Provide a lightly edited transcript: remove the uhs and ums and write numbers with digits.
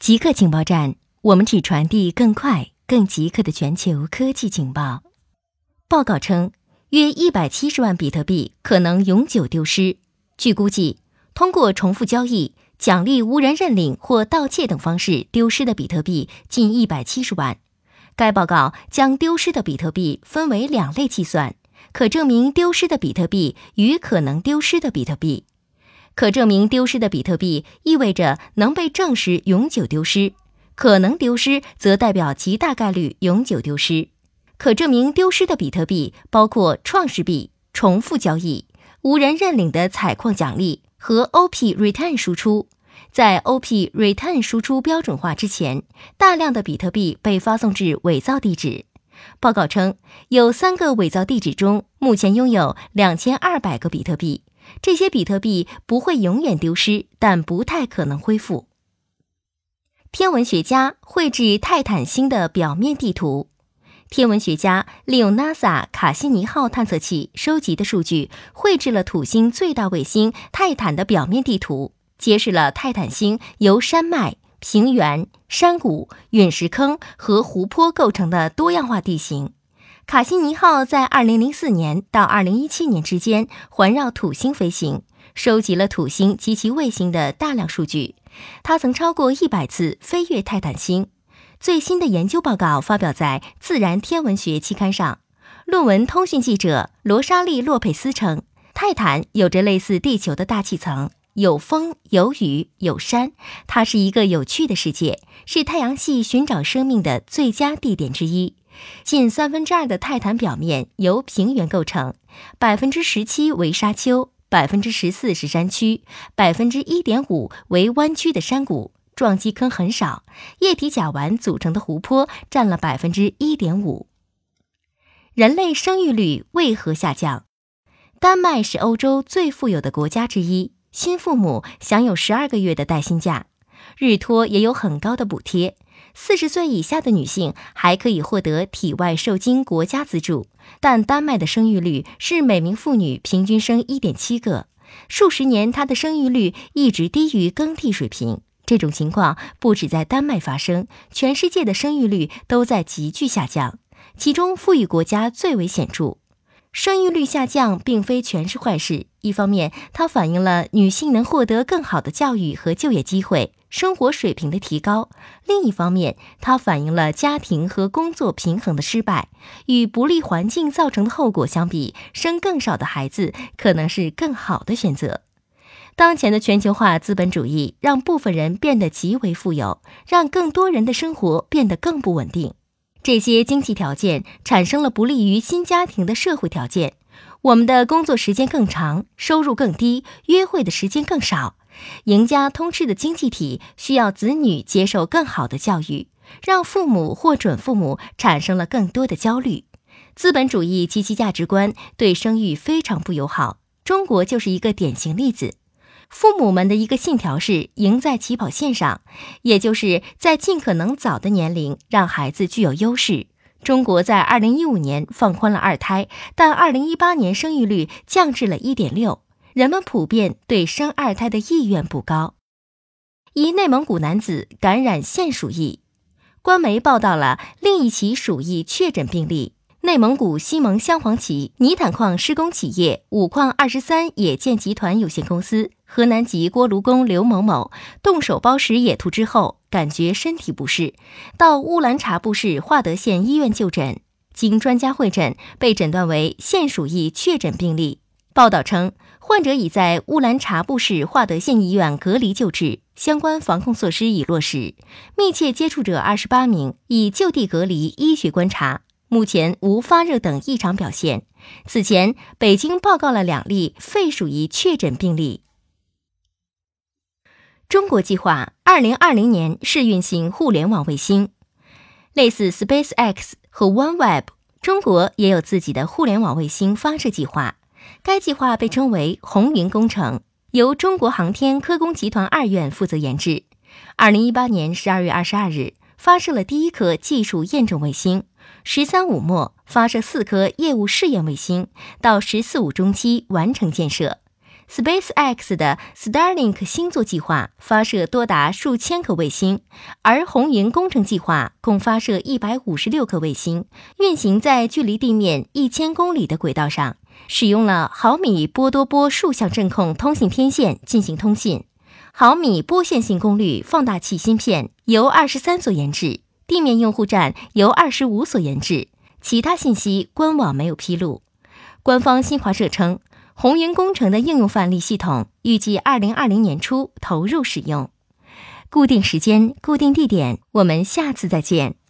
极客情报站，我们只传递更快、更极客的全球科技情报。报告称，约170万比特币可能永久丢失。据估计，通过重复交易、奖励无人认领或盗窃等方式丢失的比特币近170万。该报告将丢失的比特币分为2类计算：可证明丢失的比特币与可能丢失的比特币。可证明丢失的比特币意味着能被证实永久丢失，可能丢失则代表极大概率永久丢失。可证明丢失的比特币包括创世币、重复交易、无人认领的采矿奖励和 OP Return 输出。在 OP Return 输出标准化之前，大量的比特币被发送至伪造地址。报告称，有3个伪造地址中，目前拥有2200个比特币。这些比特币不会永远丢失，但不太可能恢复。天文学家绘制泰坦星的表面地图。天文学家利用 NASA 卡西尼号探测器收集的数据，绘制了土星最大卫星泰坦的表面地图，揭示了泰坦星由山脉、平原、山谷、陨石坑和湖泊构成的多样化地形。卡西尼号在2004年到2017年之间环绕土星飞行，收集了土星及其卫星的大量数据。它曾超过100次飞越泰坦星。最新的研究报告发表在《自然天文学》期刊上。论文通讯记者罗莎莉·洛佩斯称，泰坦有着类似地球的大气层，有风、有雨、有山，它是一个有趣的世界，是太阳系寻找生命的最佳地点之一。近2/3的泰坦表面由平原构成，17%为沙丘，14%是山区，1.5%为弯曲的山谷，撞击坑很少，液体甲烷组成的湖泊占了1.5%。人类生育率为何下降？丹麦是欧洲最富有的国家之一，新父母享有12个月的带薪假，日托也有很高的补贴。40岁以下的女性还可以获得体外受精国家资助，但丹麦的生育率是每名妇女平均生1.7个，数十年她的生育率一直低于更替水平。这种情况不止在丹麦发生，全世界的生育率都在急剧下降，其中富裕国家最为显著。生育率下降并非全是坏事，一方面它反映了女性能获得更好的教育和就业机会，生活水平的提高；另一方面，它反映了家庭和工作平衡的失败。与不利环境造成的后果相比，生更少的孩子可能是更好的选择。当前的全球化资本主义让部分人变得极为富有，让更多人的生活变得更不稳定。这些经济条件产生了不利于新家庭的社会条件。我们的工作时间更长，收入更低，约会的时间更少。赢家通吃的经济体需要子女接受更好的教育，让父母或准父母产生了更多的焦虑。资本主义及其价值观对生育非常不友好，中国就是一个典型例子。父母们的一个信条是赢在起跑线上，也就是在尽可能早的年龄让孩子具有优势。中国在2015年放宽了2胎，但2018年生育率降至了 1.6， 人们普遍对生2胎的意愿不高。一内蒙古男子感染腺鼠疫，官媒报道了另一起鼠疫确诊病例。内蒙古西蒙镶黄旗泥炭矿施工企业五矿23冶建集团有限公司河南籍锅炉工刘某某动手包食野兔之后，感觉身体不适，到乌兰察布市化德县医院就诊，经专家会诊，被诊断为腺鼠疫确诊病例。报道称，患者已在乌兰察布市化德县医院隔离救治，相关防控措施已落实，密切接触者28名已就地隔离医学观察，目前无发热等异常表现。此前，北京报告了2例肺鼠疫确诊病例。中国计划2020年试运行互联网卫星。类似 SpaceX 和 OneWeb， 中国也有自己的互联网卫星发射计划。该计划被称为红云工程，由中国航天科工集团2院负责研制。2018年12月22日，发射了第1颗技术验证卫星，13-5末发射4颗业务试验卫星，到14-5中期完成建设。 SpaceX 的 Starlink 星座计划发射多达数千颗卫星，而红云工程计划共发射156颗卫星，运行在距离地面1000公里的轨道上，使用了毫米波多波数相阵控通信天线进行通信。毫米波线性功率放大器芯片由23所研制，地面用户站由25所研制，其他信息官网没有披露。官方新华社称，红云工程的应用范例系统预计2020年初投入使用。固定时间，固定地点，我们下次再见。